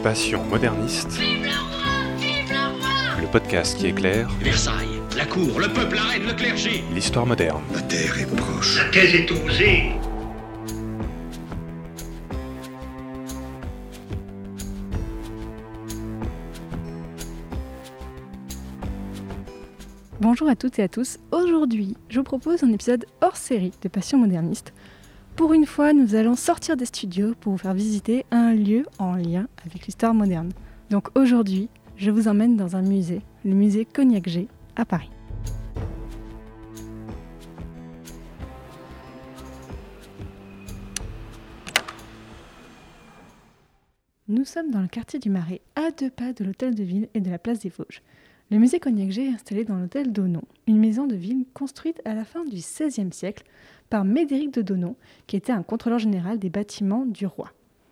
Passion moderniste, Vive le roi! Vive le roi! le podcast qui éclaire Versailles, la cour, le peuple, la reine, le clergé. l'histoire moderne. La terre est proche. La thèse est osée. Bonjour à toutes et à tous. Aujourd'hui, je vous propose un épisode hors série de Passion moderniste. Pour une fois, nous allons sortir des studios pour vous faire visiter un lieu en lien avec l'histoire moderne. Donc aujourd'hui, je vous emmène dans un musée, le musée Cognacq-Jay à Paris. Nous sommes dans le quartier du Marais, à 2 pas de l'hôtel de ville et de la place des Vosges. Le musée Cognacq-Jay est installé dans l'hôtel d'Onon, une maison de ville construite à la fin du XVIe siècle par Médéric de Donon, qui était un contrôleur général des bâtiments du roi.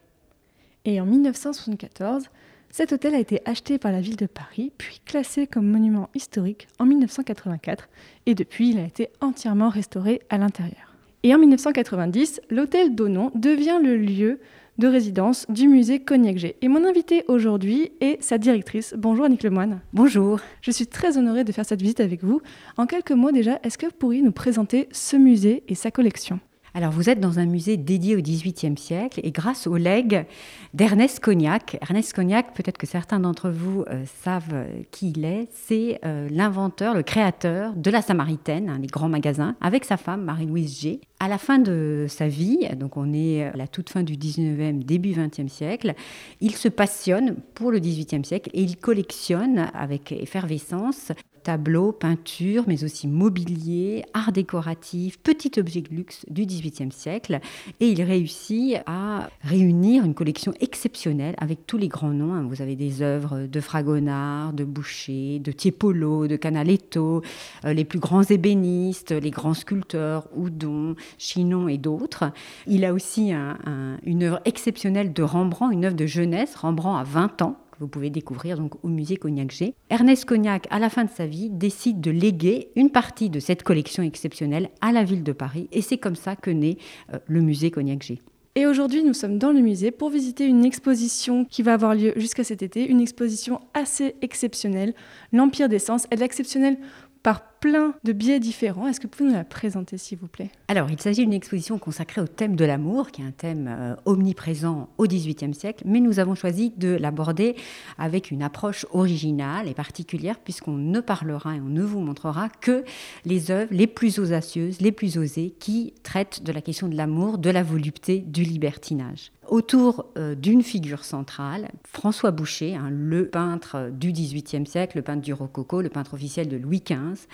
Et en 1974, cet hôtel a été acheté par la ville de Paris, puis classé comme monument historique en 1984, et depuis il a été entièrement restauré à l'intérieur. Et en 1990, l'hôtel d'Onon devient le lieu de résidence du musée Cognacq-Jay. Et mon invité aujourd'hui est sa directrice. Bonjour Annick Lemoine. Bonjour. Je suis très honorée de faire cette visite avec vous. En quelques mots déjà, est-ce que vous pourriez nous présenter ce musée et sa collection ? Alors vous êtes dans un musée dédié au XVIIIe siècle et grâce au legs d'Ernest Cognacq. Ernest Cognacq, peut-être que certains d'entre vous savent qui il est, c'est l'inventeur, le créateur de la Samaritaine, les grands magasins, avec sa femme Marie-Louise Jay. À la fin de sa vie, donc on est à la toute fin du 19e, début 20e siècle, il se passionne pour le 18e siècle et il collectionne avec effervescence tableaux, peintures, mais aussi mobilier, art décoratif, petits objets de luxe du XVIIIe siècle. Et il réussit à réunir une collection exceptionnelle avec tous les grands noms. Vous avez des œuvres de Fragonard, de Boucher, de Tiepolo, de Canaletto, les plus grands ébénistes, les grands sculpteurs, Houdon, Chinon et d'autres. Il a aussi une œuvre exceptionnelle de Rembrandt, une œuvre de jeunesse, Rembrandt à 20 ans, que vous pouvez découvrir donc au musée Cognacq-Jay. Ernest Cognacq, à la fin de sa vie, décide de léguer une partie de cette collection exceptionnelle à la ville de Paris. Et c'est comme ça que naît le musée Cognacq-Jay. Et aujourd'hui, nous sommes dans le musée pour visiter une exposition qui va avoir lieu jusqu'à cet été, une exposition assez exceptionnelle, l'Empire des Sens. Elle est exceptionnelle par plein de biais différents. Est-ce que vous pouvez nous la présenter, s'il vous plaît ? Alors, il s'agit d'une exposition consacrée au thème de l'amour, qui est un thème omniprésent au XVIIIe siècle, mais nous avons choisi de l'aborder avec une approche originale et particulière, puisqu'on ne parlera et on ne vous montrera que les œuvres les plus audacieuses, les plus osées, qui traitent de la question de l'amour, de la volupté, du libertinage. Autour d'une figure centrale, François Boucher, le peintre du XVIIIe siècle, le peintre du rococo, le peintre officiel de Louis XV,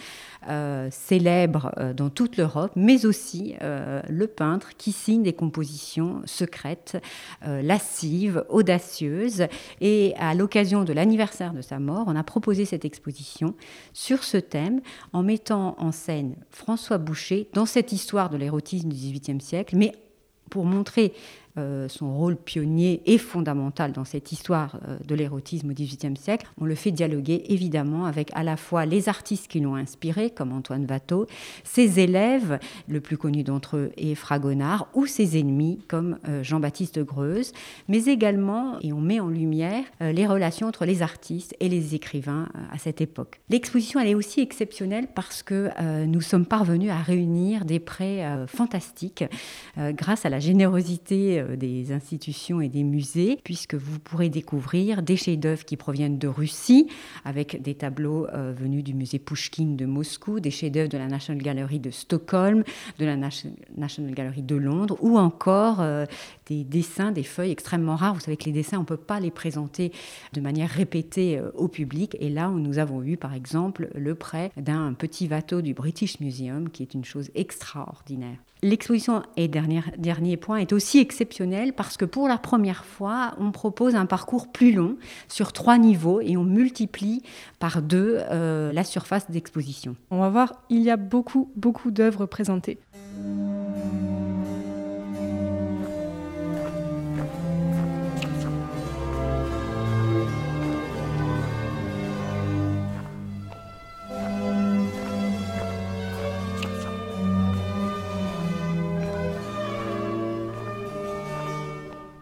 célèbre dans toute l'Europe, mais aussi le peintre qui signe des compositions secrètes, lascives, audacieuses. Et à l'occasion de l'anniversaire de sa mort, on a proposé cette exposition sur ce thème en mettant en scène François Boucher dans cette histoire de l'érotisme du XVIIIe siècle, mais pour montrer son rôle pionnier et fondamental dans cette histoire de l'érotisme au XVIIIe siècle, on le fait dialoguer évidemment avec à la fois les artistes qui l'ont inspiré, comme Antoine Watteau, ses élèves, le plus connu d'entre eux est Fragonard, ou ses ennemis, comme Jean-Baptiste Greuze, mais également, et on met en lumière, les relations entre les artistes et les écrivains à cette époque. L'exposition, elle est aussi exceptionnelle parce que nous sommes parvenus à réunir des prêts fantastiques grâce à la générosité des institutions et des musées, puisque vous pourrez découvrir des chefs-d'œuvre qui proviennent de Russie, avec des tableaux venus du musée Pouchkine de Moscou, des chefs-d'œuvre de la National Gallery de Stockholm, de la National Gallery de Londres, ou encore des dessins, des feuilles extrêmement rares. Vous savez que les dessins, on ne peut pas les présenter de manière répétée au public. Et là, nous avons eu, par exemple, le prêt d'un petit Watteau du British Museum, qui est une chose extraordinaire. L'exposition, et dernier point, est aussi exceptionnelle parce que pour la première fois, on propose un parcours plus long sur 3 niveaux et on multiplie par 2 la surface d'exposition. On va voir, il y a beaucoup d'œuvres présentées.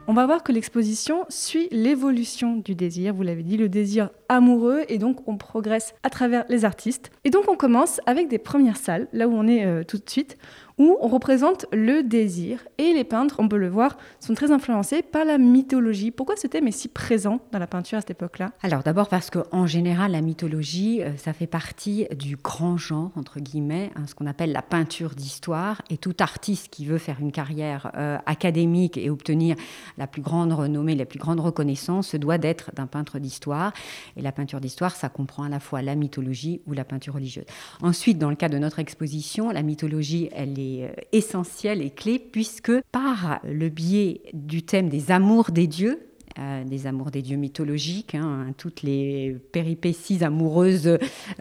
On va voir que l'exposition suit l'évolution du désir, vous l'avez dit, le désir amoureux, et donc on progresse à travers les artistes. Et donc on commence avec des premières salles, là où on est tout de suite, où on représente le désir. Et les peintres, on peut le voir, sont très influencés par la mythologie. Pourquoi ce thème est si présent dans la peinture à cette époque-là ? Alors d'abord parce qu'en général, la mythologie, ça fait partie du grand genre, entre guillemets, ce qu'on appelle la peinture d'histoire. Et tout artiste qui veut faire une carrière académique et obtenir la plus grande renommée, la plus grande reconnaissance, se doit d'être d'un peintre d'histoire. Et la peinture d'histoire, ça comprend à la fois la mythologie ou la peinture religieuse. Ensuite, dans le cas de notre exposition, la mythologie, elle est essentielle et clé, puisque par le biais du thème des amours des dieux mythologiques, toutes les péripéties amoureuses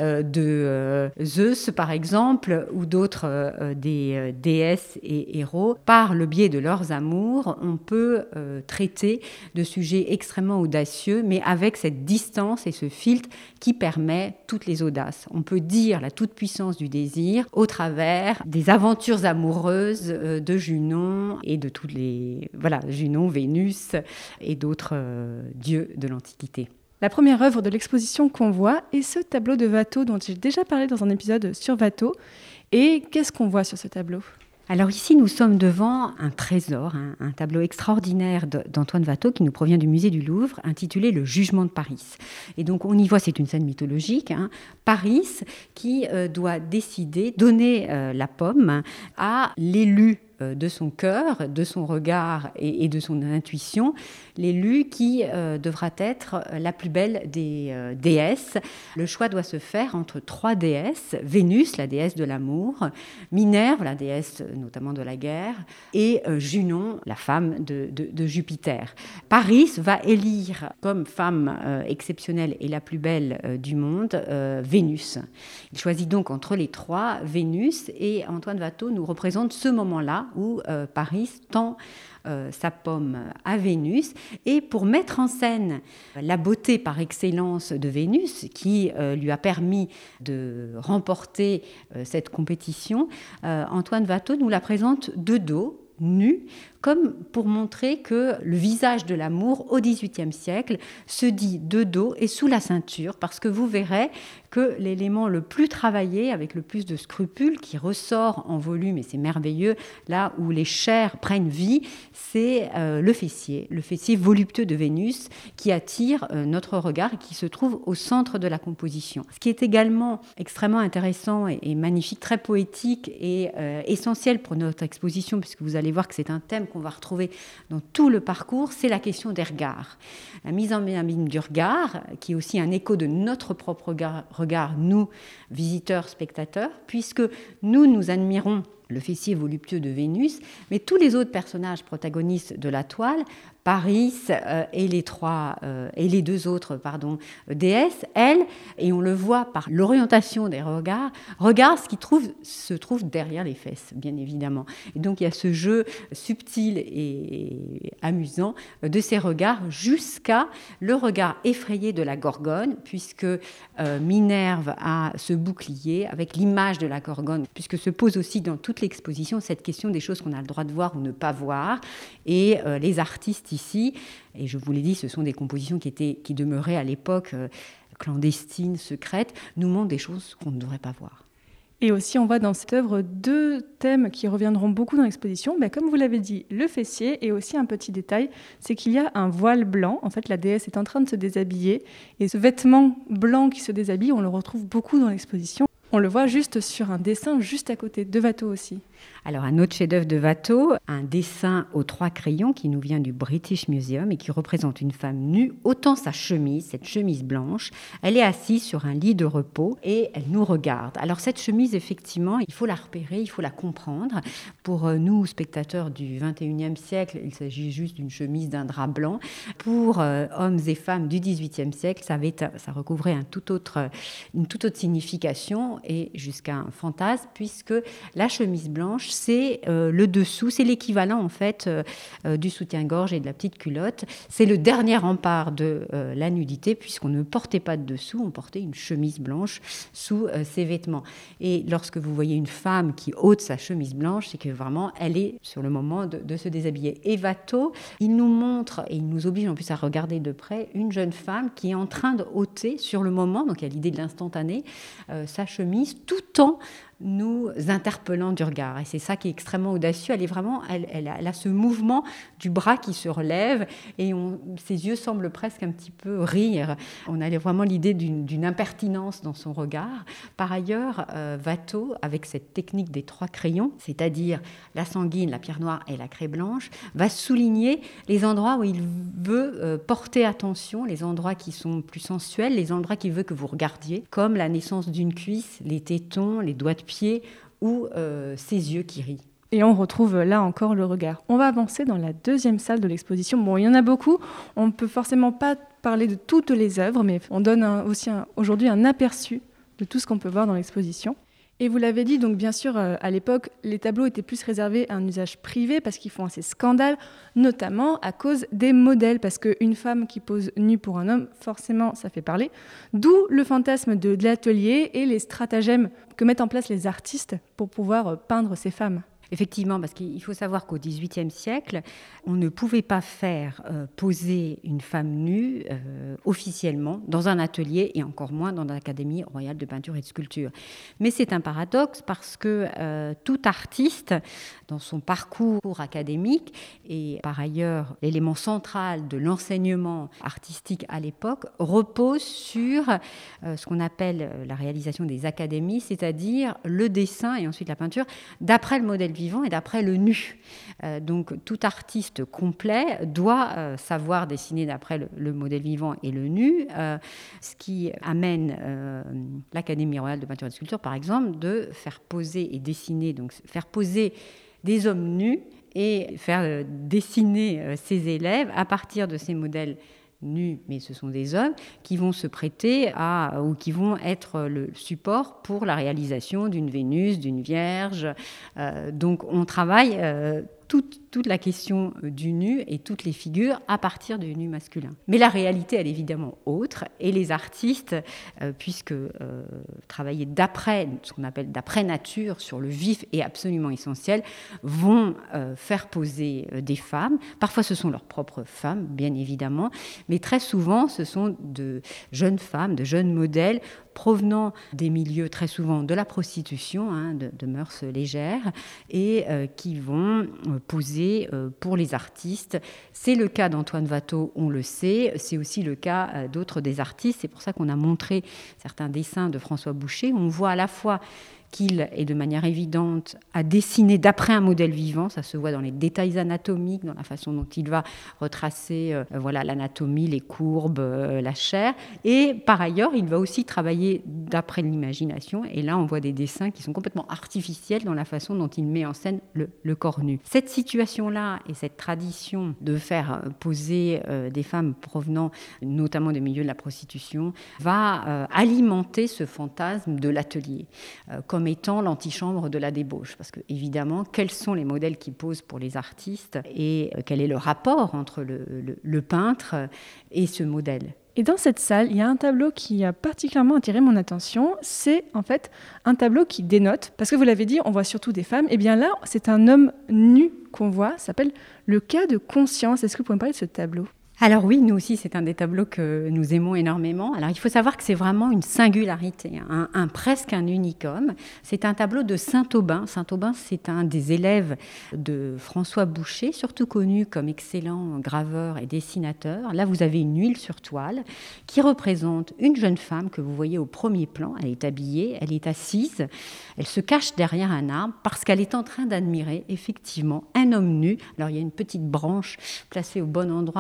de Zeus, par exemple, ou d'autres des déesses et héros. Par le biais de leurs amours, on peut traiter de sujets extrêmement audacieux, mais avec cette distance et ce filtre qui permet toutes les audaces. On peut dire la toute-puissance du désir au travers des aventures amoureuses de Junon et de toutes les... Voilà, Junon, Vénus et d'autres dieux de l'Antiquité. La première œuvre de l'exposition qu'on voit est ce tableau de Watteau dont j'ai déjà parlé dans un épisode sur Watteau. Et qu'est-ce qu'on voit sur ce tableau ? Alors ici, nous sommes devant un trésor, un tableau extraordinaire d'Antoine Watteau qui nous provient du musée du Louvre, intitulé « Le jugement de Paris ». Et donc on y voit, c'est une scène mythologique, Paris qui doit décider, donner la pomme à l'élu de son cœur, de son regard et de son intuition, l'élu qui devra être la plus belle des déesses. Le choix doit se faire entre 3 déesses, Vénus, la déesse de l'amour, Minerve, la déesse notamment de la guerre, et Junon, la femme de Jupiter. Paris va élire comme femme exceptionnelle et la plus belle du monde, Vénus. Il choisit donc entre les 3 Vénus, et Antoine Watteau nous représente ce moment-là où Paris tend sa pomme à Vénus. Et pour mettre en scène la beauté par excellence de Vénus, qui lui a permis de remporter cette compétition, Antoine Watteau nous la présente de dos, nue, comme pour montrer que le visage de l'amour au XVIIIe siècle se dit de dos et sous la ceinture, parce que vous verrez que l'élément le plus travaillé, avec le plus de scrupules, qui ressort en volume, et c'est merveilleux, là où les chairs prennent vie, c'est le fessier voluptueux de Vénus, qui attire notre regard et qui se trouve au centre de la composition. Ce qui est également extrêmement intéressant et magnifique, très poétique et essentiel pour notre exposition, puisque vous allez voir que c'est un thème qu'on va retrouver dans tout le parcours, c'est la question des regards. La mise en abîme du regard, qui est aussi un écho de notre propre regard, nous, visiteurs, spectateurs, puisque nous admirons le fessier voluptueux de Vénus, mais tous les autres personnages protagonistes de la toile, Paris et les 2 autres déesses, elles, et on le voit par l'orientation des regards ce qui se trouve derrière les fesses, bien évidemment. Et donc il y a ce jeu subtil et amusant de ces regards jusqu'à le regard effrayé de la Gorgone, puisque Minerve a ce bouclier avec l'image de la Gorgone, puisque se pose aussi dans toute l'exposition cette question des choses qu'on a le droit de voir ou ne pas voir. Et les artistes ici, et je vous l'ai dit, ce sont des compositions qui demeuraient à l'époque clandestines, secrètes, nous montrent des choses qu'on ne devrait pas voir. Et aussi, on voit dans cette œuvre 2 thèmes qui reviendront beaucoup dans l'exposition. Comme vous l'avez dit, le fessier, et aussi un petit détail, c'est qu'il y a un voile blanc. En fait, la déesse est en train de se déshabiller. Et ce vêtement blanc qui se déshabille, on le retrouve beaucoup dans l'exposition. On le voit juste sur un dessin juste à côté de Watteau aussi. Alors, un autre chef-d'œuvre de Watteau, un dessin aux 3 crayons qui nous vient du British Museum et qui représente une femme nue, ôtant sa chemise, cette chemise blanche. Elle est assise sur un lit de repos et elle nous regarde. Alors, cette chemise, effectivement, il faut la repérer, il faut la comprendre. Pour nous, spectateurs du XXIe siècle, il s'agit juste d'une chemise d'un drap blanc. Pour hommes et femmes du XVIIIe siècle, ça recouvrait une toute autre signification et jusqu'à un fantasme, puisque la chemise blanche blanche, c'est le dessous, c'est l'équivalent en fait du soutien-gorge et de la petite culotte. C'est le dernier rempart de la nudité, puisqu'on ne portait pas de dessous, on portait une chemise blanche sous ses vêtements. Et lorsque vous voyez une femme qui ôte sa chemise blanche, c'est que vraiment elle est sur le moment de se déshabiller. Et Watteau, il nous montre, et il nous oblige en plus à regarder de près, une jeune femme qui est en train de ôter sur le moment, donc il y a l'idée de l'instantané, sa chemise, tout en nous interpellant du regard. Et c'est ça qui est extrêmement audacieux. Elle a ce mouvement du bras qui se relève et ses yeux semblent presque un petit peu rire. On a vraiment l'idée d'une impertinence dans son regard. Par ailleurs, Watteau, avec cette technique des 3 crayons, c'est-à-dire la sanguine, la pierre noire et la craie blanche, va souligner les endroits où il veut porter attention, les endroits qui sont plus sensuels, les endroits qu'il veut que vous regardiez, comme la naissance d'une cuisse, les tétons, les doigts de pied ou ses yeux qui rient. Et on retrouve là encore le regard. On va avancer dans la deuxième salle de l'exposition. Bon, il y en a beaucoup. On ne peut forcément pas parler de toutes les œuvres, mais on donne aujourd'hui un aperçu de tout ce qu'on peut voir dans l'exposition. Et vous l'avez dit, donc bien sûr, à l'époque, les tableaux étaient plus réservés à un usage privé parce qu'ils font assez scandale, notamment à cause des modèles, parce qu'une femme qui pose nue pour un homme, forcément, ça fait parler. D'où le fantasme de l'atelier et les stratagèmes que mettent en place les artistes pour pouvoir peindre ces femmes. Effectivement, parce qu'il faut savoir qu'au XVIIIe siècle, on ne pouvait pas faire poser une femme nue officiellement dans un atelier et encore moins dans l'Académie royale de peinture et de sculpture. Mais c'est un paradoxe parce que tout artiste, dans son parcours académique, et par ailleurs l'élément central de l'enseignement artistique à l'époque, repose sur ce qu'on appelle la réalisation des académies, c'est-à-dire le dessin et ensuite la peinture d'après le modèle vivant et d'après le nu. Donc tout artiste complet doit savoir dessiner d'après le modèle vivant et le nu, ce qui amène l'Académie royale de peinture et de sculpture, par exemple, de faire poser et dessiner, donc faire poser des hommes nus et faire dessiner ses élèves à partir de ces modèles nus, mais ce sont des hommes qui vont se prêter ou qui vont être le support pour la réalisation d'une Vénus, d'une Vierge. Donc on travaille toute la question du nu et toutes les figures à partir du nu masculin. Mais la réalité, elle est évidemment autre, et les artistes, puisque travailler d'après, ce qu'on appelle d'après nature, sur le vif est absolument essentiel, vont faire poser des femmes. Parfois, ce sont leurs propres femmes, bien évidemment, mais très souvent, ce sont de jeunes femmes, de jeunes modèles provenant des milieux très souvent de la prostitution, de mœurs légères, et qui vont poser pour les artistes. C'est le cas d'Antoine Watteau, on le sait, c'est aussi le cas d'autres des artistes. C'est pour ça qu'on a montré certains dessins de François Boucher, où on voit à la fois qu'il est de manière évidente à dessiner d'après un modèle vivant, ça se voit dans les détails anatomiques, dans la façon dont il va retracer l'anatomie, les courbes, la chair, et par ailleurs il va aussi travailler d'après l'imagination, et là on voit des dessins qui sont complètement artificiels dans la façon dont il met en scène le corps nu. Cette situation-là et cette tradition de faire poser des femmes provenant notamment des milieux de la prostitution va alimenter ce fantasme de l'atelier, comme étant l'antichambre de la débauche. Parce que, évidemment, quels sont les modèles qui posent pour les artistes et quel est le rapport entre le peintre et ce modèle ? Et dans cette salle, il y a un tableau qui a particulièrement attiré mon attention. C'est en fait un tableau qui dénote, parce que vous l'avez dit, on voit surtout des femmes. Et bien là, c'est un homme nu qu'on voit, ça s'appelle Le cas de conscience. Est-ce que vous pouvez me parler de ce tableau ? Alors oui, nous aussi, c'est un des tableaux que nous aimons énormément. Alors il faut savoir que c'est vraiment une singularité, presque un unicum. C'est un tableau de Saint-Aubin. Saint-Aubin, c'est un des élèves de François Boucher, surtout connu comme excellent graveur et dessinateur. Là, vous avez une huile sur toile qui représente une jeune femme que vous voyez au premier plan. Elle est habillée, elle est assise, elle se cache derrière un arbre parce qu'elle est en train d'admirer effectivement un homme nu. Alors il y a une petite branche placée au bon endroit qui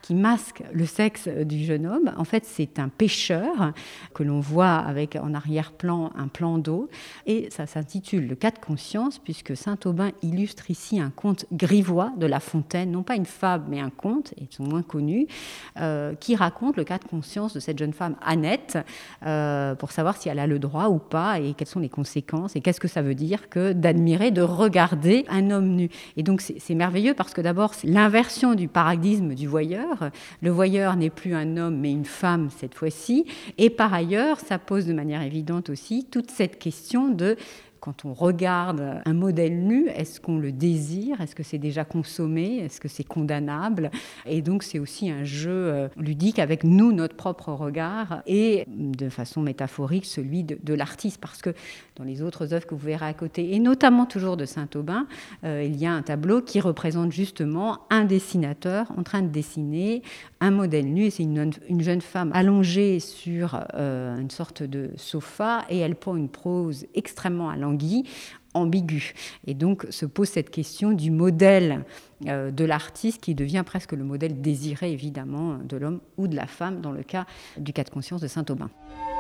qui masque le sexe du jeune homme. En fait, c'est un pêcheur que l'on voit avec en arrière-plan un plan d'eau. Et ça s'intitule Le cas de conscience, puisque Saint-Aubin illustre ici un conte grivois de La Fontaine, non pas une fable, mais un conte, et ils sont moins connus, qui raconte le cas de conscience de cette jeune femme Annette, pour savoir si elle a le droit ou pas, et quelles sont les conséquences, et qu'est-ce que ça veut dire que d'admirer, de regarder un homme nu. Et donc c'est merveilleux parce que d'abord, c'est l'inversion du paradigme du voyeur. Le voyeur n'est plus un homme, mais une femme cette fois-ci. Et par ailleurs, ça pose de manière évidente aussi toute cette question de... Quand on regarde un modèle nu, est-ce qu'on le désire ? Est-ce que c'est déjà consommé ? Est-ce que c'est condamnable ? Et donc, c'est aussi un jeu ludique avec nous, notre propre regard, et de façon métaphorique, celui de l'artiste. Parce que dans les autres œuvres que vous verrez à côté, et notamment toujours de Saint-Aubin, il y a un tableau qui représente justement un dessinateur en train de dessiner un modèle nu. Et c'est une jeune femme allongée sur une sorte de sofa, et elle prend une prose extrêmement ambiguë. Et donc se pose cette question du modèle de l'artiste qui devient presque le modèle désiré évidemment de l'homme ou de la femme dans le cas du cas de conscience de Saint-Aubin.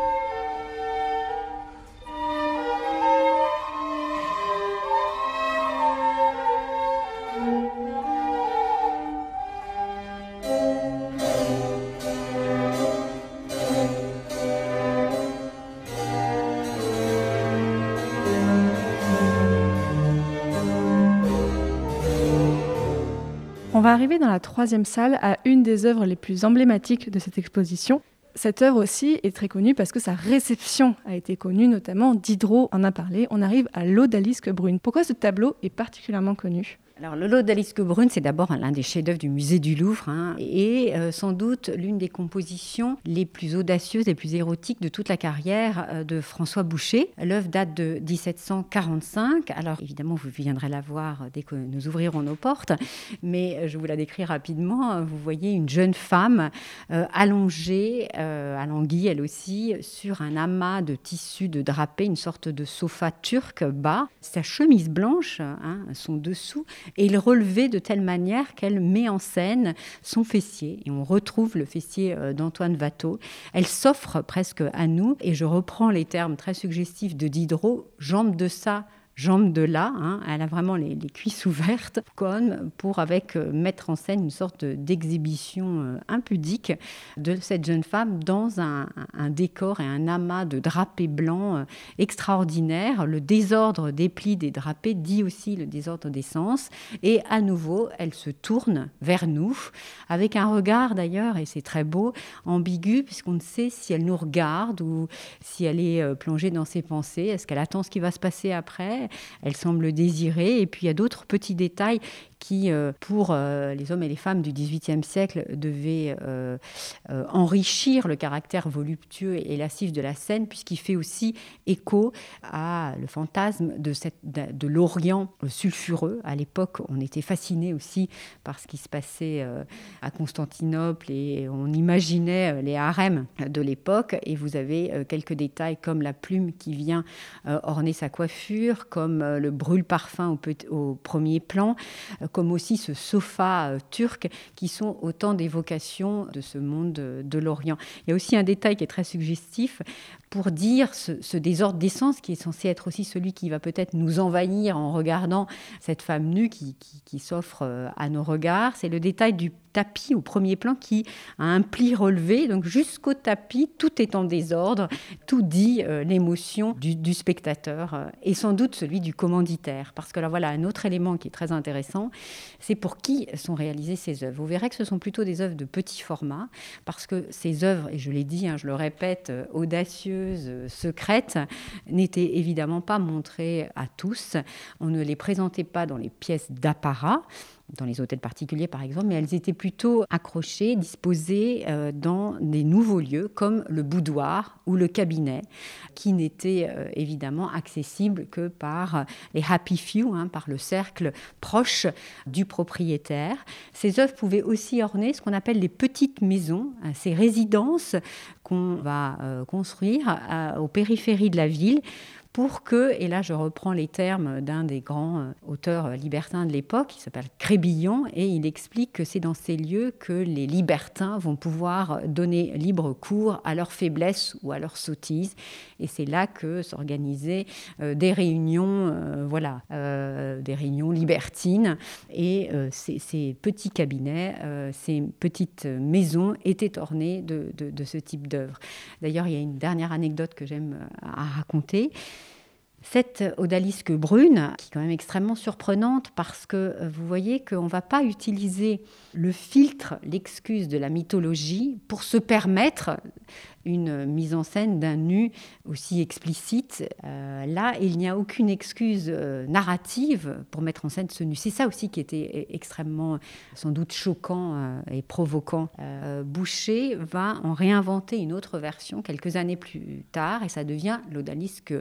On va arriver dans la troisième salle à une des œuvres les plus emblématiques de cette exposition. Cette œuvre aussi est très connue parce que sa réception a été connue, notamment Diderot en a parlé. On arrive à l'Odalisque brune. Pourquoi ce tableau est particulièrement connu ? Alors, le l'Odalisque brune, c'est d'abord l'un des chefs-d'œuvre du musée du Louvre, et sans doute l'une des compositions les plus audacieuses, les plus érotiques de toute la carrière de François Boucher. L'œuvre date de 1745. Alors, évidemment, vous viendrez la voir dès que nous ouvrirons nos portes, mais je vous la décris rapidement. Vous voyez une jeune femme allongée, alanguie elle aussi, sur un amas de tissu de drapé, une sorte de sofa turc bas. Sa chemise blanche, son dessous, et relevé de telle manière qu'elle met en scène son fessier. Et on retrouve le fessier d'Antoine Watteau. Elle s'offre presque à nous, et je reprends les termes très suggestifs de Diderot, jambes de ça, jambes de là, elle a vraiment les cuisses ouvertes, comme pour mettre en scène une sorte d'exhibition impudique de cette jeune femme dans un décor et un amas de drapés blancs extraordinaire. Le désordre des plis des drapés dit aussi le désordre des sens, et à nouveau, elle se tourne vers nous, avec un regard d'ailleurs, et c'est très beau, ambigu, puisqu'on ne sait si elle nous regarde ou si elle est plongée dans ses pensées. Est-ce qu'elle attend ce qui va se passer après ? Elle semble désirer. Et puis il y a d'autres petits détails qui, pour les hommes et les femmes du XVIIIe siècle, devaient enrichir le caractère voluptueux et lascif de la scène, puisqu'il fait aussi écho à le fantasme de l'Orient sulfureux. À l'époque, on était fasciné aussi par ce qui se passait à Constantinople, et on imaginait les harems de l'époque. Et vous avez quelques détails comme la plume qui vient orner sa coiffure, comme le brûle-parfum au premier plan, comme aussi ce sofa turc, qui sont autant d'évocations de ce monde de l'Orient. Il y a aussi un détail qui est très suggestif pour dire ce désordre d'essence qui est censé être aussi celui qui va peut-être nous envahir en regardant cette femme nue qui s'offre à nos regards. C'est le détail du tapis au premier plan qui a un pli relevé, donc jusqu'au tapis, tout est en désordre, tout dit l'émotion du spectateur, et sans doute celui du commanditaire. Parce que là, voilà un autre élément qui est très intéressant, c'est pour qui sont réalisées ces œuvres. Vous verrez que ce sont plutôt des œuvres de petit format, parce que ces œuvres, et je l'ai dit, je le répète, audacieuses, secrètes, n'étaient évidemment pas montrées à tous. On ne les présentait pas dans les pièces d'apparat, dans les hôtels particuliers par exemple, mais elles étaient plutôt accrochées, disposées dans des nouveaux lieux comme le boudoir ou le cabinet, qui n'étaient évidemment accessibles que par les happy few, par le cercle proche du propriétaire. Ces œuvres pouvaient aussi orner ce qu'on appelle les petites maisons, ces résidences qu'on va construire aux périphéries de la ville, pour que, et là je reprends les termes d'un des grands auteurs libertins de l'époque, qui s'appelle Crébillon, et il explique que c'est dans ces lieux que les libertins vont pouvoir donner libre cours à leur faiblesse ou à leur sottise. Et c'est là que s'organisaient des réunions, des réunions libertines. Et ces petits cabinets, ces petites maisons étaient ornées de ce type d'œuvre. D'ailleurs, il y a une dernière anecdote que j'aime à raconter. Cette odalisque brune, qui est quand même extrêmement surprenante parce que vous voyez qu'on ne va pas utiliser le filtre, l'excuse de la mythologie pour se permettre une mise en scène d'un nu aussi explicite. Là, il n'y a aucune excuse narrative pour mettre en scène ce nu. C'est ça aussi qui était extrêmement, sans doute, choquant et provoquant. Boucher va en réinventer une autre version quelques années plus tard et ça devient l'odalisque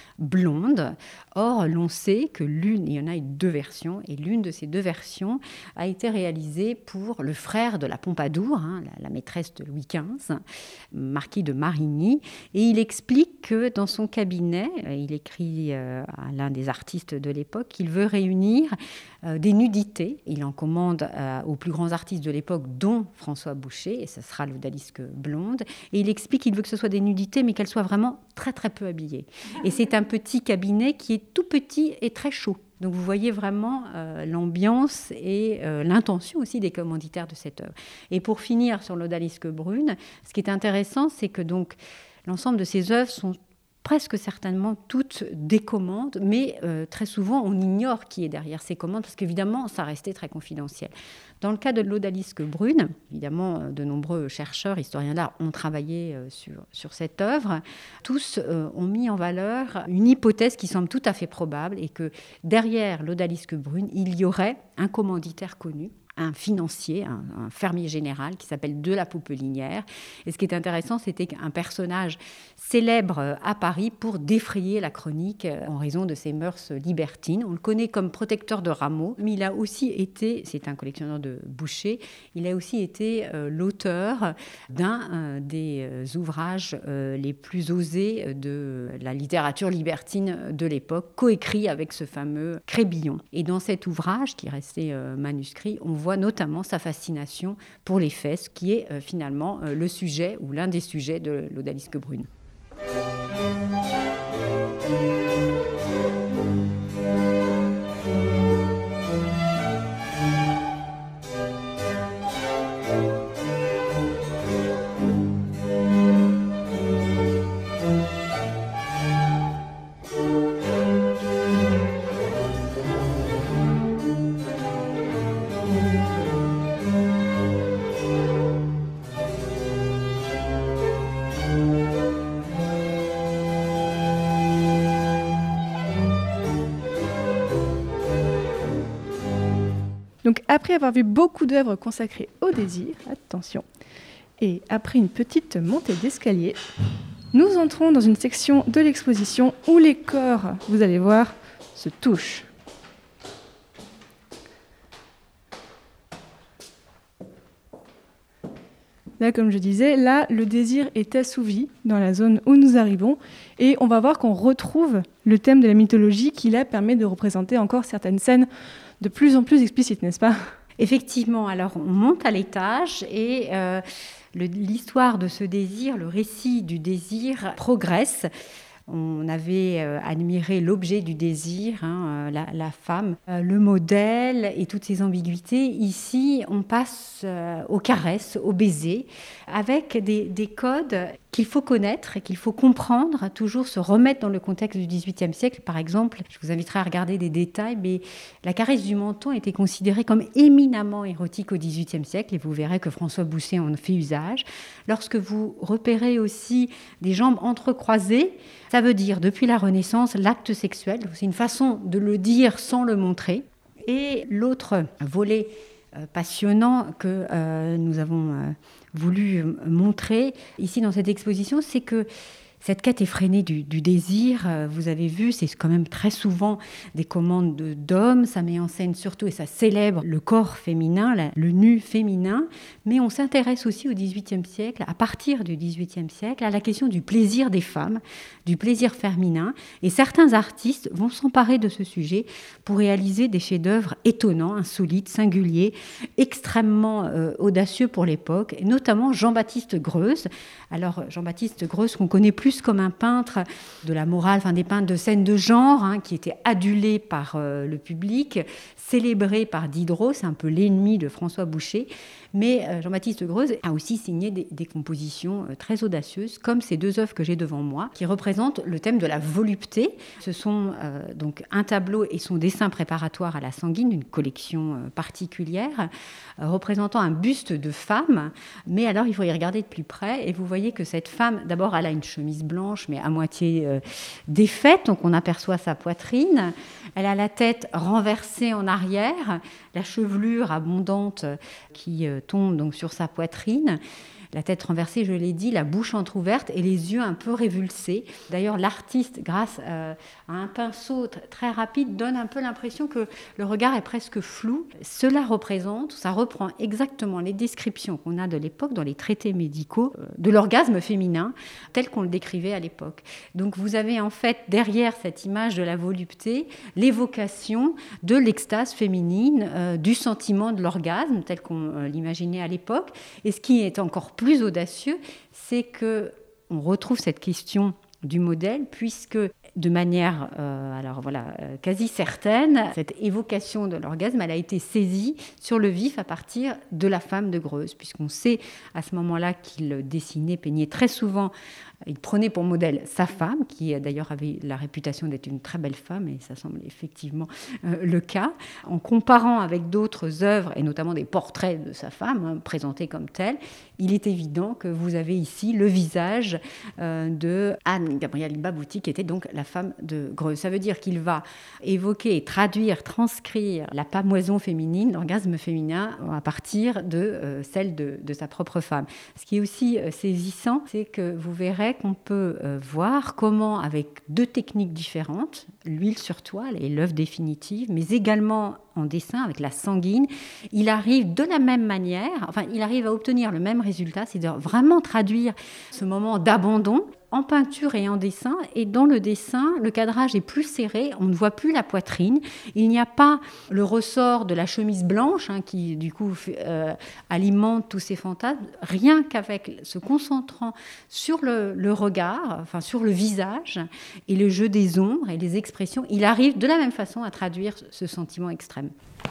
blonde. Or, l'on sait que il y en a eu 2 versions et l'une de ces 2 versions a été réalisée pour le frère de la Pompadour, la maîtresse de Louis XV, marquis de Marigny, et il explique que dans son cabinet, il écrit à l'un des artistes de l'époque qu'il veut réunir des nudités. Il en commande aux plus grands artistes de l'époque, dont François Boucher, et ce sera l'odalisque blonde, et il explique qu'il veut que ce soit des nudités, mais qu'elles soient vraiment très très peu habillées. Et c'est un petit cabinet qui est tout petit et très chaud. Donc vous voyez vraiment l'ambiance et l'intention aussi des commanditaires de cette œuvre. Et pour finir sur l'odalisque brune, ce qui est intéressant, c'est que donc l'ensemble de ces œuvres sont presque certainement toutes des commandes, mais très souvent on ignore qui est derrière ces commandes parce qu'évidemment ça restait très confidentiel. Dans le cas de l'odalisque brune, évidemment de nombreux chercheurs, historiens d'art ont travaillé sur cette œuvre. Tous ont mis en valeur une hypothèse qui semble tout à fait probable et que derrière l'odalisque brune, il y aurait un commanditaire connu, un financier, un fermier général qui s'appelle de la Poupelinière. Et ce qui est intéressant, c'était qu'un personnage célèbre à Paris pour défrayer la chronique en raison de ses mœurs libertines. On le connaît comme protecteur de rameaux, mais il a aussi été, c'est un collectionneur de Boucher, il a aussi été l'auteur d'un des ouvrages les plus osés de la littérature libertine de l'époque, coécrit avec ce fameux Crébillon. Et dans cet ouvrage, qui est resté manuscrit, on voit notamment sa fascination pour les fesses, qui est finalement le sujet ou l'un des sujets de l'odalisque brune. Donc après avoir vu beaucoup d'œuvres consacrées au désir, attention, et après une petite montée d'escalier, nous entrons dans une section de l'exposition où les corps, vous allez voir, se touchent. Là, comme je disais, là, le désir est assouvi dans la zone où nous arrivons et on va voir qu'on retrouve le thème de la mythologie qui, là, permet de représenter encore certaines scènes de plus en plus explicites, n'est-ce pas ? Effectivement, alors on monte à l'étage et l'histoire de ce désir, le récit du désir progresse. On avait admiré l'objet du désir, la femme, le modèle et toutes ces ambiguïtés. Ici, on passe aux caresses, aux baisers, avec des codes qu'il faut connaître et qu'il faut comprendre, toujours se remettre dans le contexte du XVIIIe siècle. Par exemple, je vous inviterai à regarder des détails, mais la caresse du menton était considérée comme éminemment érotique au XVIIIe siècle, et vous verrez que François Boucher en fait usage. Lorsque vous repérez aussi des jambes entrecroisées, ça veut dire, depuis la Renaissance, l'acte sexuel. C'est une façon de le dire sans le montrer. Et l'autre volet passionnant que nous avons voulu montrer ici dans cette exposition, c'est que Cette quête effrénée du désir, vous avez vu, c'est quand même très souvent des commandes d'hommes. Ça met en scène surtout et ça célèbre le corps féminin, le nu féminin. Mais on s'intéresse aussi au XVIIIe siècle, à partir du XVIIIe siècle, à la question du plaisir des femmes, du plaisir féminin. Et certains artistes vont s'emparer de ce sujet pour réaliser des chefs-d'œuvre étonnants, insolites, singuliers, extrêmement audacieux pour l'époque, et notamment Jean-Baptiste Greuze. Alors Jean-Baptiste Greuze, qu'on connaît plus comme un peintre de la morale, des peintres de scènes de genre, qui était adulé par le public, célébré par Diderot, c'est un peu l'ennemi de François Boucher. Mais Jean-Baptiste Greuze a aussi signé des compositions très audacieuses, comme ces 2 œuvres que j'ai devant moi, qui représentent le thème de la volupté. Ce sont donc un tableau et son dessin préparatoire à la sanguine, une collection particulière, représentant un buste de femme. Mais alors, il faut y regarder de plus près, et vous voyez que cette femme, d'abord, elle a une chemise blanche, mais à moitié défaite, donc on aperçoit sa poitrine. Elle a la tête renversée en arrière, la chevelure abondante qui tombe donc sur sa poitrine. La tête renversée, je l'ai dit, la bouche entrouverte et les yeux un peu révulsés. D'ailleurs, l'artiste, grâce à un pinceau très rapide, donne un peu l'impression que le regard est presque flou. Cela représente, ça reprend exactement les descriptions qu'on a de l'époque dans les traités médicaux de l'orgasme féminin, tel qu'on le décrivait à l'époque. Donc vous avez en fait derrière cette image de la volupté l'évocation de l'extase féminine, du sentiment de l'orgasme, tel qu'on l'imaginait à l'époque. Et ce qui est encore plus audacieux, c'est qu'on retrouve cette question du modèle, puisque de manière quasi certaine, cette évocation de l'orgasme, elle a été saisie sur le vif à partir de la femme de Greuze, puisqu'on sait à ce moment-là qu'il dessinait, peignait très souvent. Il prenait pour modèle sa femme, qui d'ailleurs avait la réputation d'être une très belle femme, et ça semble effectivement le cas. En comparant avec d'autres œuvres, et notamment des portraits de sa femme, présentés comme tels, il est évident que vous avez ici le visage de Anne-Gabrielle Babouty, qui était donc la femme de Greuze. Ça veut dire qu'il va évoquer, traduire, transcrire la pamoison féminine, l'orgasme féminin, à partir de celle de sa propre femme. Ce qui est aussi saisissant, c'est que vous verrez qu'on peut voir comment, avec 2 techniques différentes, l'huile sur toile et l'œuvre définitive, mais également en dessin avec la sanguine, il arrive de la même manière, il arrive à obtenir le même résultat, c'est-à-dire vraiment traduire ce moment d'abandon en peinture et en dessin. Et dans le dessin, le cadrage est plus serré, on ne voit plus la poitrine, il n'y a pas le ressort de la chemise blanche qui du coup alimente tous ces fantasmes, rien qu'avec se concentrant sur le regard, sur le visage et le jeu des ombres et les expressions, il arrive de la même façon à traduire ce sentiment extrême.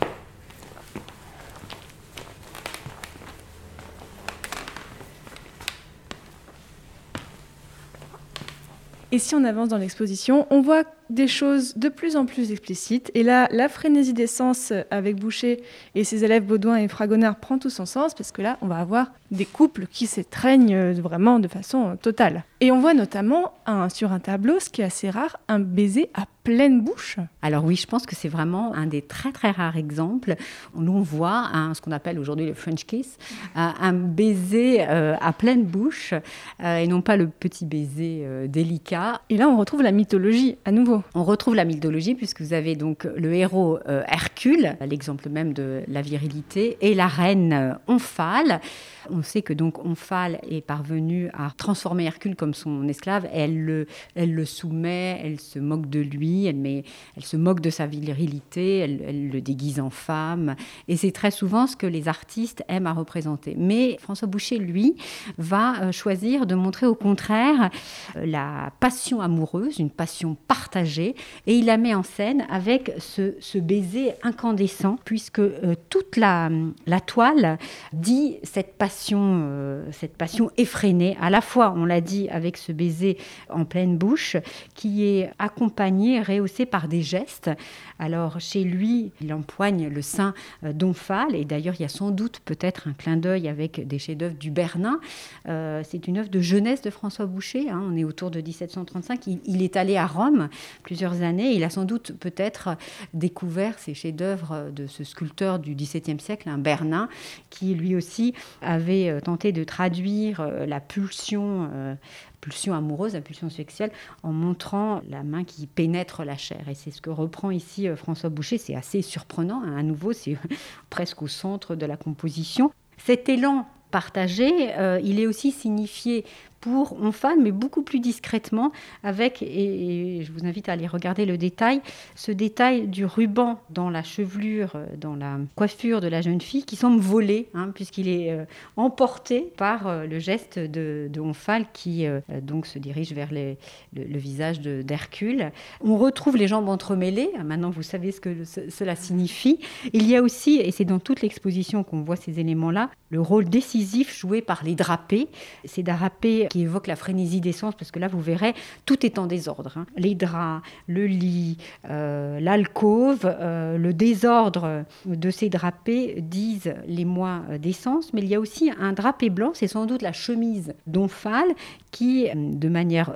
Et si on avance dans l'exposition, on voit des choses de plus en plus explicites. Et là, la frénésie des sens avec Boucher et ses élèves Baudouin et Fragonard prend tout son sens, parce que là, on va avoir des couples qui s'étreignent vraiment de façon totale. Et on voit notamment sur un tableau, ce qui est assez rare, un baiser à pleine bouche. Alors oui, je pense que c'est vraiment un des très très rares exemples où on voit ce qu'on appelle aujourd'hui le French kiss, un baiser à pleine bouche et non pas le petit baiser délicat. Et là, on retrouve la mythologie à nouveau. On retrouve la mythologie puisque vous avez donc le héros Hercule, l'exemple même de la virilité, et la reine Omphale. On sait que donc Omphale est parvenue à transformer Hercule comme son esclave. Elle le soumet, elle se moque de lui, elle se moque de sa virilité, elle le déguise en femme. Et c'est très souvent ce que les artistes aiment à représenter. Mais François Boucher, lui, va choisir de montrer au contraire la passion amoureuse, une passion partagée. Et il la met en scène avec ce baiser incandescent, puisque toute la toile dit cette passion effrénée, à la fois, on l'a dit, avec ce baiser en pleine bouche, qui est accompagné, rehaussé par des gestes. Alors, chez lui, il empoigne le sein d'Omphale, et d'ailleurs, il y a sans doute peut-être un clin d'œil avec des chefs-d'œuvre du Bernin. C'est une œuvre de jeunesse de François Boucher, on est autour de 1735. Il est allé à Rome plusieurs années. Il a sans doute peut-être découvert ces chefs-d'œuvre de ce sculpteur du XVIIe siècle, un Bernin, qui lui aussi avait tenté de traduire la pulsion amoureuse, la pulsion sexuelle, en montrant la main qui pénètre la chair. Et c'est ce que reprend ici François Boucher. C'est assez surprenant, hein. À nouveau, c'est presque au centre de la composition. Cet élan partagé, il est aussi signifié pour Omphale, mais beaucoup plus discrètement, avec, et je vous invite à aller regarder le détail, ce détail du ruban dans la chevelure, dans la coiffure de la jeune fille, qui semble voler, hein, puisqu'il est emporté par le geste de Omphale, qui donc se dirige vers le visage d'Hercule. On retrouve les jambes entremêlées, maintenant vous savez ce que cela signifie. Il y a aussi, et c'est dans toute l'exposition qu'on voit ces éléments-là, le rôle décisif joué par les drapés. Ces drapés qui évoquent la frénésie des sens, parce que là, vous verrez, tout est en désordre, hein. Les draps, le lit, l'alcôve, le désordre de ces drapés disent les mois d'essence, mais il y a aussi un drapé blanc, c'est sans doute la chemise d'Omphale, qui, de manière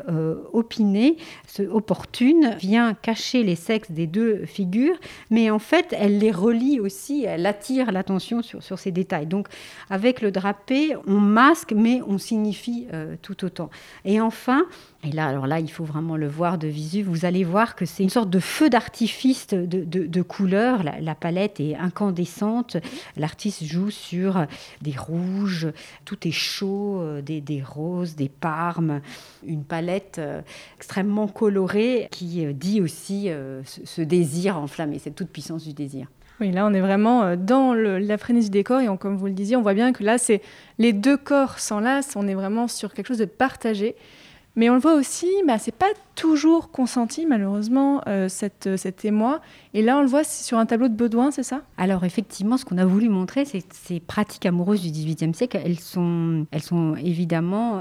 opportune, vient cacher les sexes des deux figures, mais en fait, elle les relie aussi, elle attire l'attention sur ces détails. Donc, avec le drapé, on masque, mais on signifie tout autant. Et enfin, et là, alors là, il faut vraiment le voir de visu, vous allez voir que c'est une sorte de feu d'artifice de couleurs. La palette est incandescente, l'artiste joue sur des rouges, tout est chaud, des roses, des parmes, une palette extrêmement colorée qui dit aussi ce désir enflammé, cette toute puissance du désir. Oui, là, on est vraiment dans la frénésie des corps et comme vous le disiez, on voit bien que là, c'est les deux corps s'enlacent, on est vraiment sur quelque chose de partagé. Mais on le voit aussi, c'est pas toujours consenti, malheureusement, cet émoi. Et là, on le voit sur un tableau de Baudouin, c'est ça ? Alors, effectivement, ce qu'on a voulu montrer, c'est que ces pratiques amoureuses du XVIIIe siècle, elles sont évidemment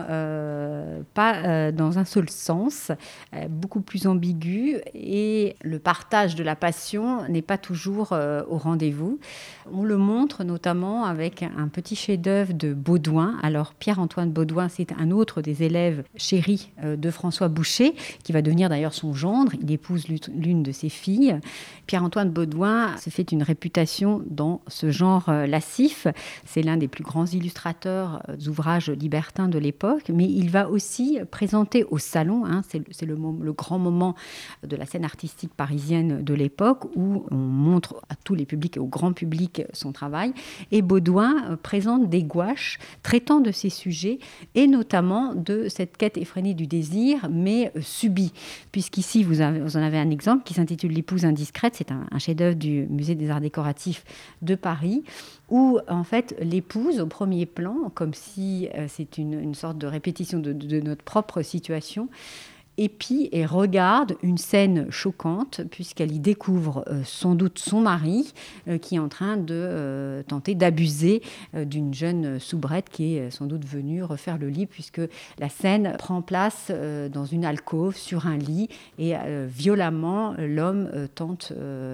pas dans un seul sens, beaucoup plus ambiguës. Et le partage de la passion n'est pas toujours au rendez-vous. On le montre notamment avec un petit chef-d'œuvre de Baudouin. Alors, Pierre-Antoine Baudouin, c'est un autre des élèves chéris de François Boucher, qui va devenir d'ailleurs son gendre. Il épouse l'une de ses filles. Pierre-Antoine Baudouin se fait une réputation dans ce genre lascif. C'est l'un des plus grands illustrateurs d'ouvrages libertins de l'époque, mais il va aussi présenter au salon, hein, c'est le grand moment de la scène artistique parisienne de l'époque, où on montre à tous les publics et au grand public son travail. Et Baudouin présente des gouaches traitant de ces sujets, et notamment de cette quête effrénée du désir, mais subie. Puisqu'ici, vous en avez un exemple qui s'intitule L'épouse indiscrète. C'est un chef-d'œuvre du Musée des Arts décoratifs de Paris, où en fait l'épouse au premier plan, comme si c'est une sorte de répétition de notre propre situation, épie et regarde une scène choquante, puisqu'elle y découvre sans doute son mari qui est en train de tenter d'abuser d'une jeune soubrette qui est sans doute venue refaire le lit, puisque la scène prend place dans une alcôve sur un lit et violemment l'homme tente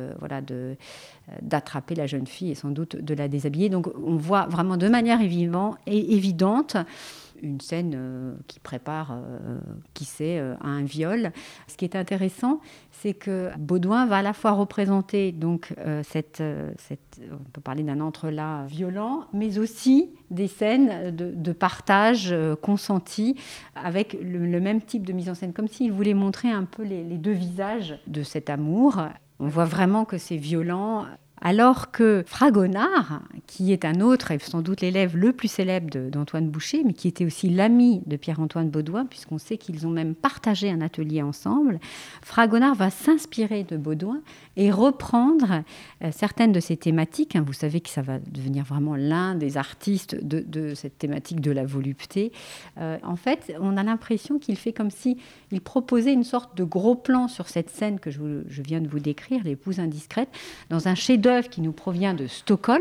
d'attraper la jeune fille et sans doute de la déshabiller. Donc on voit vraiment de manière évidente une scène qui prépare, qui sait, à un viol. Ce qui est intéressant, c'est que Baudouin va à la fois représenter donc on peut parler d'un entrelac violent, mais aussi des scènes de partage consenti avec le même type de mise en scène, comme s'il voulait montrer un peu les deux visages de cet amour. On voit vraiment que c'est violent. Alors que Fragonard, qui est un autre, et sans doute l'élève le plus célèbre d'Antoine Boucher, mais qui était aussi l'ami de Pierre-Antoine Baudouin, puisqu'on sait qu'ils ont même partagé un atelier ensemble, Fragonard va s'inspirer de Baudouin et reprendre certaines de ses thématiques. Vous savez que ça va devenir vraiment l'un des artistes de cette thématique de la volupté. En fait, on a l'impression qu'il fait comme si il proposait une sorte de gros plan sur cette scène que je viens de vous décrire, l'épouse indiscrète, dans un chef-d'œuvre qui nous provient de Stockholm,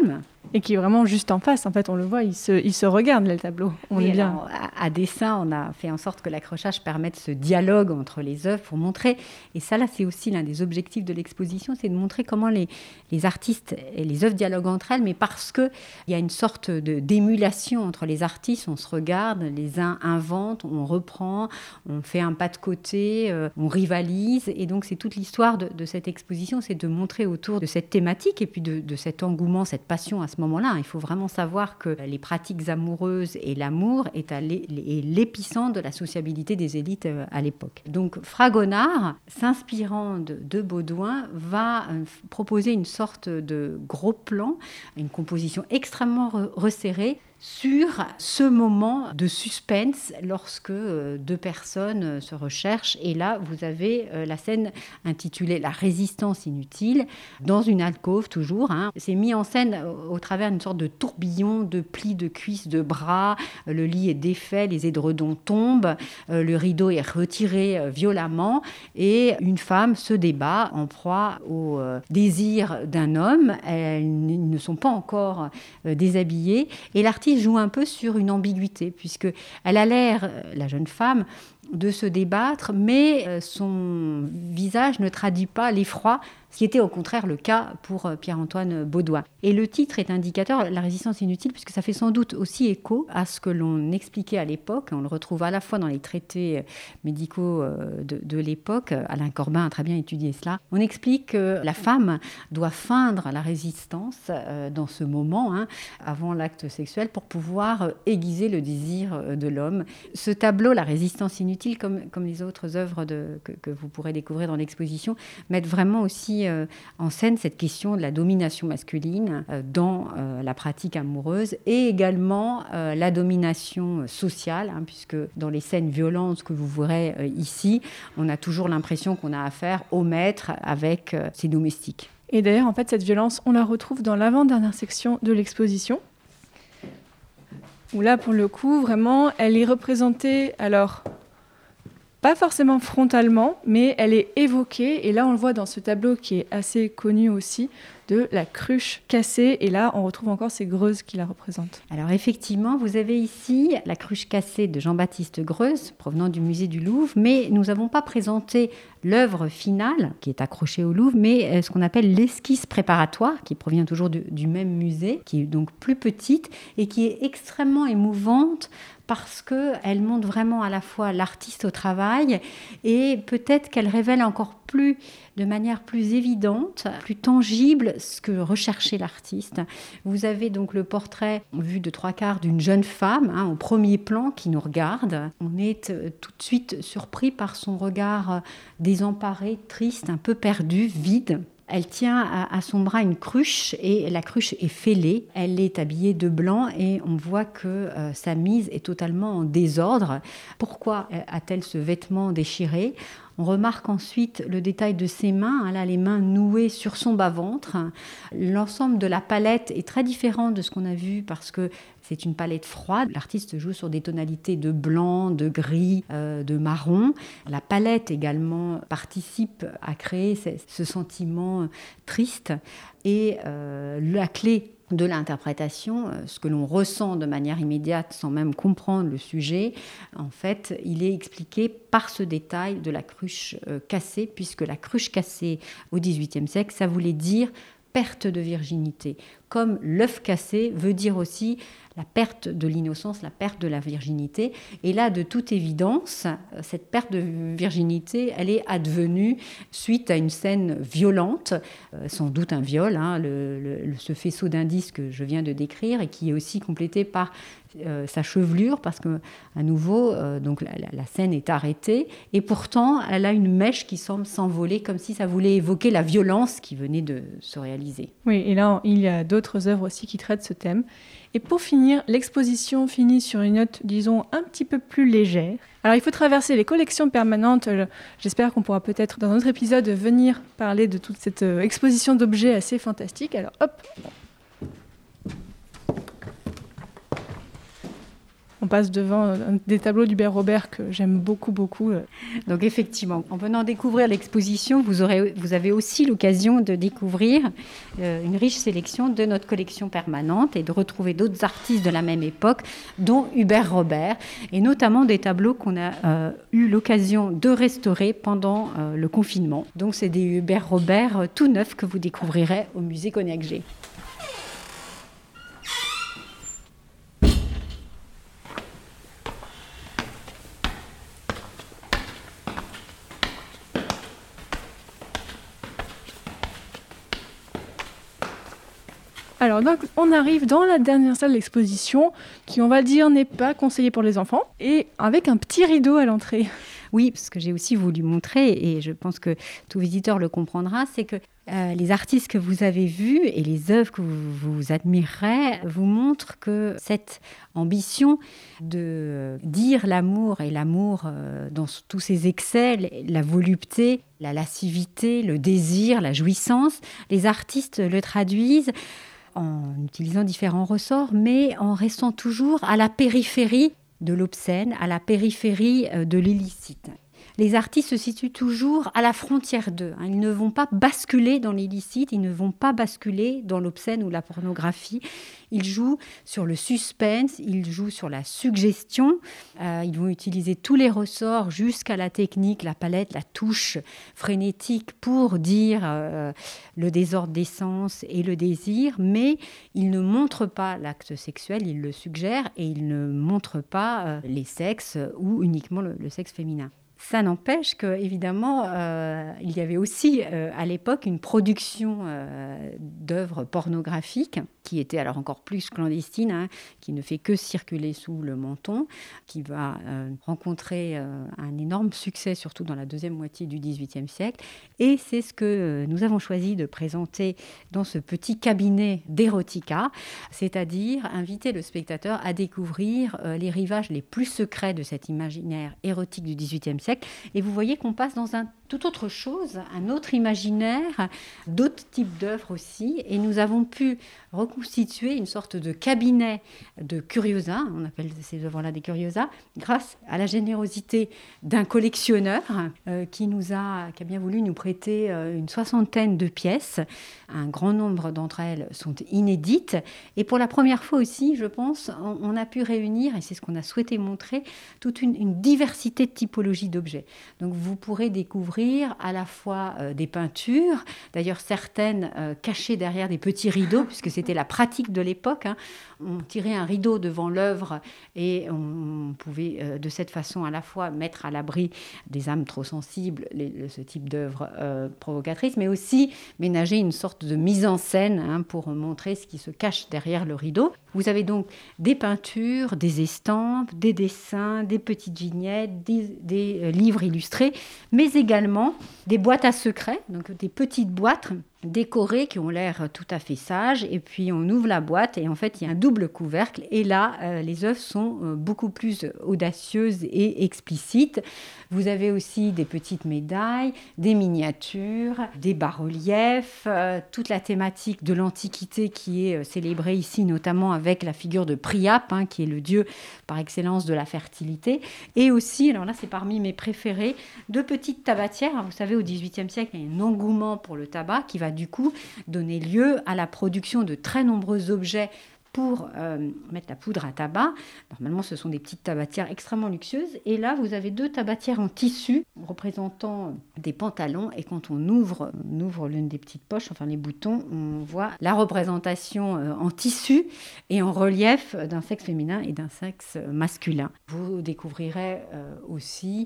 et qui est vraiment juste en face. En fait, on le voit, il se regarde, là, le tableau. On est bien. Alors, à dessin, on a fait en sorte que l'accrochage permette ce dialogue entre les œuvres pour montrer, et ça là, c'est aussi l'un des objectifs de l'exposition, c'est de montrer comment les artistes et les œuvres dialoguent entre elles, mais parce qu'il y a une sorte d'émulation entre les artistes, on se regarde, les uns inventent, on reprend, on fait un pas de côté, on rivalise, et donc c'est toute l'histoire de cette exposition, c'est de montrer autour de cette thématique et puis de cet engouement, cette passion à ce moment-là. Il faut vraiment savoir que les pratiques amoureuses et l'amour est l'épicentre de la sociabilité des élites à l'époque. Donc Fragonard, s'inspirant de Baudouin, va proposer une sorte de gros plan, une composition extrêmement resserrée sur ce moment de suspense lorsque deux personnes se recherchent. Et là, vous avez la scène intitulée « La résistance inutile » dans une alcôve toujours. C'est mis en scène au travers d'une sorte de tourbillon de plis de cuisses, de bras. Le lit est défait, les édredons tombent, le rideau est retiré violemment et une femme se débat en proie au désir d'un homme. Ils ne sont pas encore déshabillés et l'artiste joue un peu sur une ambiguïté, puisqu'elle a l'air, la jeune femme, de se débattre, mais son visage ne traduit pas l'effroi, ce qui était au contraire le cas pour Pierre-Antoine Baudouin. Et le titre est indicateur, la résistance inutile, puisque ça fait sans doute aussi écho à ce que l'on expliquait à l'époque. On le retrouve à la fois dans les traités médicaux de l'époque. Alain Corbin a très bien étudié cela. On explique que la femme doit feindre la résistance dans ce moment, avant l'acte sexuel, pour pouvoir aiguiser le désir de l'homme. Ce tableau, La résistance inutile, comme les autres œuvres que vous pourrez découvrir dans l'exposition, mettent vraiment aussi en scène cette question de la domination masculine dans la pratique amoureuse et également la domination sociale, puisque dans les scènes violentes que vous verrez ici, on a toujours l'impression qu'on a affaire au maître avec ses domestiques. Et d'ailleurs, en fait, cette violence, on la retrouve dans l'avant-dernière section de l'exposition, où là, pour le coup, vraiment, elle est représentée, alors, pas forcément frontalement, mais elle est évoquée, et là, on le voit dans ce tableau qui est assez connu aussi, de la cruche cassée, et là, on retrouve encore ces Greuze qui la représentent. Alors effectivement, vous avez ici la cruche cassée de Jean-Baptiste Greuze, provenant du musée du Louvre, mais nous n'avons pas présenté l'œuvre finale, qui est accrochée au Louvre, mais ce qu'on appelle l'esquisse préparatoire, qui provient toujours du même musée, qui est donc plus petite, et qui est extrêmement émouvante, parce qu'elle montre vraiment à la fois l'artiste au travail et peut-être qu'elle révèle encore plus, de manière plus évidente, plus tangible, ce que recherchait l'artiste. Vous avez donc le portrait vu de 3/4 d'une jeune femme, au premier plan, qui nous regarde. On est tout de suite surpris par son regard désemparé, triste, un peu perdu, vide. Elle tient à son bras une cruche et la cruche est fêlée. Elle est habillée de blanc et on voit que sa mise est totalement en désordre. Pourquoi a-t-elle ce vêtement déchiré ? On remarque ensuite le détail de ses mains, là, les mains nouées sur son bas-ventre. L'ensemble de la palette est très différent de ce qu'on a vu parce que c'est une palette froide. L'artiste joue sur des tonalités de blanc, de gris, de marron. La palette également participe à créer ce sentiment triste. Et la clé de l'interprétation, ce que l'on ressent de manière immédiate sans même comprendre le sujet, en fait, il est expliqué par ce détail de la cruche cassée, puisque la cruche cassée au XVIIIe siècle, ça voulait dire perte de virginité. Comme l'œuf cassé veut dire aussi la perte de l'innocence, la perte de la virginité. Et là, de toute évidence, cette perte de virginité, elle est advenue suite à une scène violente, sans doute un viol, ce faisceau d'indices que je viens de décrire, et qui est aussi complété par sa chevelure, parce que à nouveau, donc la scène est arrêtée, et pourtant, elle a une mèche qui semble s'envoler, comme si ça voulait évoquer la violence qui venait de se réaliser. Oui, et là, il y a d'autres œuvres aussi qui traitent ce thème. Et pour finir, l'exposition finit sur une note, disons, un petit peu plus légère. Alors, il faut traverser les collections permanentes. J'espère qu'on pourra peut-être, dans un autre épisode, venir parler de toute cette exposition d'objets assez fantastiques. Alors, hop. On passe devant des tableaux d'Hubert Robert que j'aime beaucoup. Donc effectivement, en venant découvrir l'exposition, vous avez aussi l'occasion de découvrir une riche sélection de notre collection permanente et de retrouver d'autres artistes de la même époque, dont Hubert Robert, et notamment des tableaux qu'on a eu l'occasion de restaurer pendant le confinement. Donc c'est des Hubert Robert tout neufs que vous découvrirez au musée Cognac-G. Alors donc on arrive dans la dernière salle d'exposition qui, on va dire, n'est pas conseillée pour les enfants, et avec un petit rideau à l'entrée. Oui, ce que j'ai aussi voulu montrer, et je pense que tout visiteur le comprendra, c'est que les artistes que vous avez vus et les œuvres que vous admirerez vous montrent que cette ambition de dire l'amour, et l'amour dans tous ses excès, la volupté, la lascivité, le désir, la jouissance, les artistes le traduisent en utilisant différents ressorts, mais en restant toujours à la périphérie de l'obscène, à la périphérie de l'illicite. Les artistes se situent toujours à la frontière d'eux. Ils ne vont pas basculer dans l'illicite, ils ne vont pas basculer dans l'obscène ou la pornographie. Ils jouent sur le suspense, ils jouent sur la suggestion. Ils vont utiliser tous les ressorts jusqu'à la technique, la palette, la touche frénétique pour dire le désordre des sens et le désir, mais ils ne montrent pas l'acte sexuel, ils le suggèrent, et ils ne montrent pas les sexes ou uniquement le sexe féminin. Ça n'empêche qu'évidemment, il y avait aussi à l'époque une production d'œuvres pornographiques qui était alors encore plus clandestine, qui ne fait que circuler sous le menton, qui va rencontrer un énorme succès, surtout dans la deuxième moitié du XVIIIe siècle. Et c'est ce que nous avons choisi de présenter dans ce petit cabinet d'érotica, c'est-à-dire inviter le spectateur à découvrir les rivages les plus secrets de cet imaginaire érotique du XVIIIe siècle. Et vous voyez qu'on passe dans tout autre chose, un autre imaginaire, d'autres types d'œuvres aussi. Et nous avons pu reconstituer une sorte de cabinet de curiosa, on appelle ces œuvres-là des curiosa, grâce à la générosité d'un collectionneur qui a bien voulu nous prêter une 60aine de pièces. Un grand nombre d'entre elles sont inédites. Et pour la première fois aussi, je pense, on a pu réunir, et c'est ce qu'on a souhaité montrer, toute une diversité de typologies d'objets. Donc vous pourrez découvrir à la fois des peintures, d'ailleurs certaines cachées derrière des petits rideaux, puisque c'était la pratique de l'époque. On tirait un rideau devant l'œuvre et on pouvait de cette façon à la fois mettre à l'abri des âmes trop sensibles ce type d'œuvre provocatrice, mais aussi ménager une sorte de mise en scène pour montrer ce qui se cache derrière le rideau. Vous avez donc des peintures, des estampes, des dessins, des petites vignettes, des livres illustrés, mais également des boîtes à secrets, donc des petites boîtes décorées qui ont l'air tout à fait sages, et puis on ouvre la boîte et en fait il y a un double couvercle, et là les œuvres sont beaucoup plus audacieuses et explicites. Vous avez aussi des petites médailles, des miniatures, des bas-reliefs, toute la thématique de l'Antiquité qui est célébrée ici notamment avec la figure de Priape, qui est le dieu par excellence de la fertilité, et aussi, alors là c'est parmi mes préférés, de petites tabatières. Vous savez, au XVIIIe siècle, il y a un engouement pour le tabac qui va du coup donner lieu à la production de très nombreux objets pour mettre la poudre à tabac. Normalement, ce sont des petites tabatières extrêmement luxueuses. Et là, vous avez deux tabatières en tissu représentant des pantalons. Et quand on ouvre l'une des petites poches, enfin les boutons, on voit la représentation en tissu et en relief d'un sexe féminin et d'un sexe masculin. Vous découvrirez aussi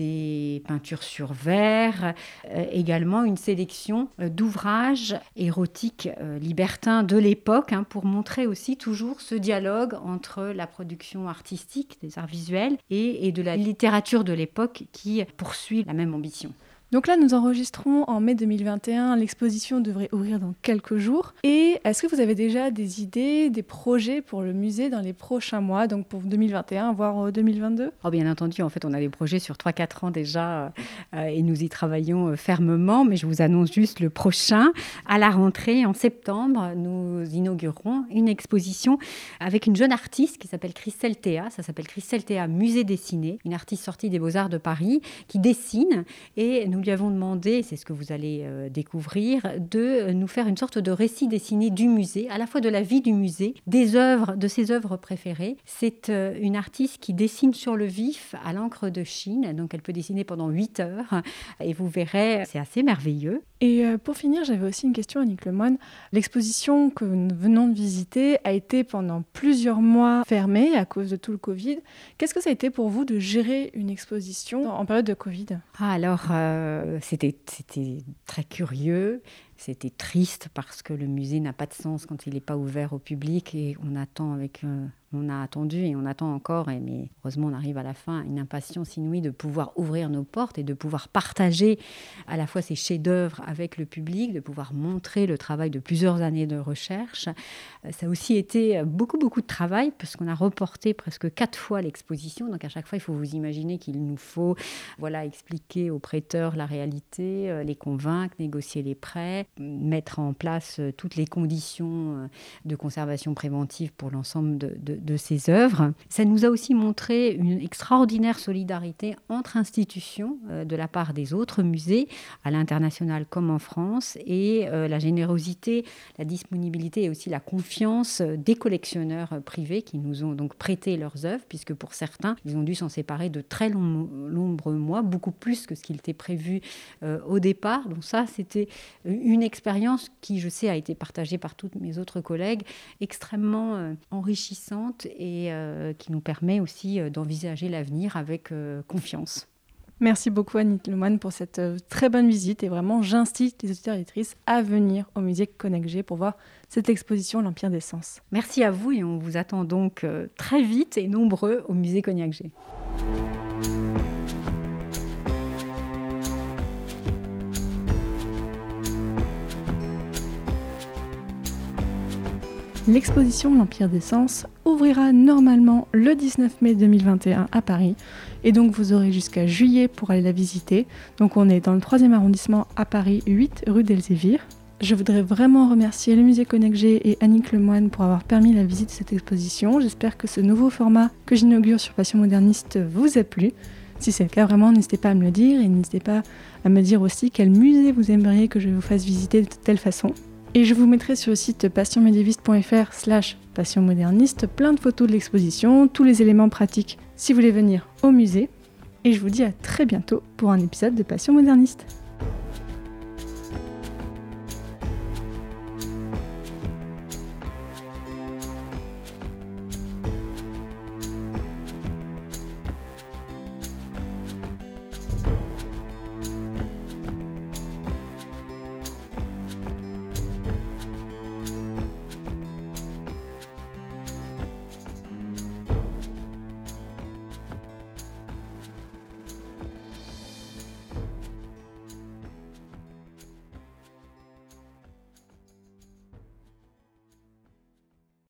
des peintures sur verre, également une sélection d'ouvrages érotiques libertins de l'époque, pour montrer aussi toujours ce dialogue entre la production artistique des arts visuels et de la littérature de l'époque qui poursuit la même ambition. Donc là, nous enregistrons en mai 2021. L'exposition devrait ouvrir dans quelques jours. Et est-ce que vous avez déjà des idées, des projets pour le musée dans les prochains mois, donc pour 2021, voire 2022 ? Bien entendu, en fait, on a des projets sur 3-4 ans déjà et nous y travaillons fermement. Mais je vous annonce juste le prochain. À la rentrée, en septembre, nous inaugurerons une exposition avec une jeune artiste qui s'appelle Christelle Théa. Ça s'appelle Christelle Théa Musée Dessiné, une artiste sortie des Beaux-Arts de Paris qui dessine. Et nous lui avons demandé, c'est ce que vous allez découvrir, de nous faire une sorte de récit dessiné du musée, à la fois de la vie du musée, des œuvres, de ses œuvres préférées. C'est une artiste qui dessine sur le vif à l'encre de Chine, donc elle peut dessiner pendant 8 heures et vous verrez, c'est assez merveilleux. Et pour finir, j'avais aussi une question, Annick Lemoine. L'exposition que nous venons de visiter a été pendant plusieurs mois fermée à cause de tout le Covid. Qu'est-ce que ça a été pour vous de gérer une exposition en période de Covid ? Alors, c'était très curieux. C'était triste parce que le musée n'a pas de sens quand il n'est pas ouvert au public et on a attendu et on attend encore. Mais heureusement, on arrive à la fin, une impatience inouïe de pouvoir ouvrir nos portes et de pouvoir partager à la fois ces chefs-d'œuvre avec le public, de pouvoir montrer le travail de plusieurs années de recherche. Ça a aussi été beaucoup de travail parce qu'on a reporté presque 4 fois l'exposition. Donc à chaque fois, il faut vous imaginer qu'il nous faut expliquer aux prêteurs la réalité, les convaincre, négocier les prêts, mettre en place toutes les conditions de conservation préventive pour l'ensemble de ces œuvres. Ça nous a aussi montré une extraordinaire solidarité entre institutions de la part des autres musées, à l'international comme en France, et la générosité, la disponibilité et aussi la confiance des collectionneurs privés qui nous ont donc prêté leurs œuvres, puisque pour certains, ils ont dû s'en séparer de très nombreux mois, beaucoup plus que ce qui était prévu au départ. Donc ça, c'était une expérience qui, je sais, a été partagée par toutes mes autres collègues, extrêmement enrichissante et qui nous permet aussi d'envisager l'avenir avec confiance. Merci beaucoup Annick Lemoine pour cette très bonne visite et vraiment j'incite les auditeurs et auditrices à venir au musée Connect-G pour voir cette exposition L'Empire des Sens. Merci à vous et on vous attend donc très vite et nombreux au musée Connect-G. L'exposition L'Empire des Sens ouvrira normalement le 19 mai 2021 à Paris et donc vous aurez jusqu'à juillet pour aller la visiter. Donc on est dans le 3e arrondissement à Paris, 8 rue d'Elzévir. Je voudrais vraiment remercier le musée Connect-G et Annick Lemoine pour avoir permis la visite de cette exposition. J'espère que ce nouveau format que j'inaugure sur Passion Moderniste vous a plu. Si c'est le cas, vraiment, n'hésitez pas à me le dire et n'hésitez pas à me dire aussi quel musée vous aimeriez que je vous fasse visiter de telle façon. Et je vous mettrai sur le site passionmedieviste.fr/passionmoderniste plein de photos de l'exposition, tous les éléments pratiques si vous voulez venir au musée. Et je vous dis à très bientôt pour un épisode de Passion Moderniste.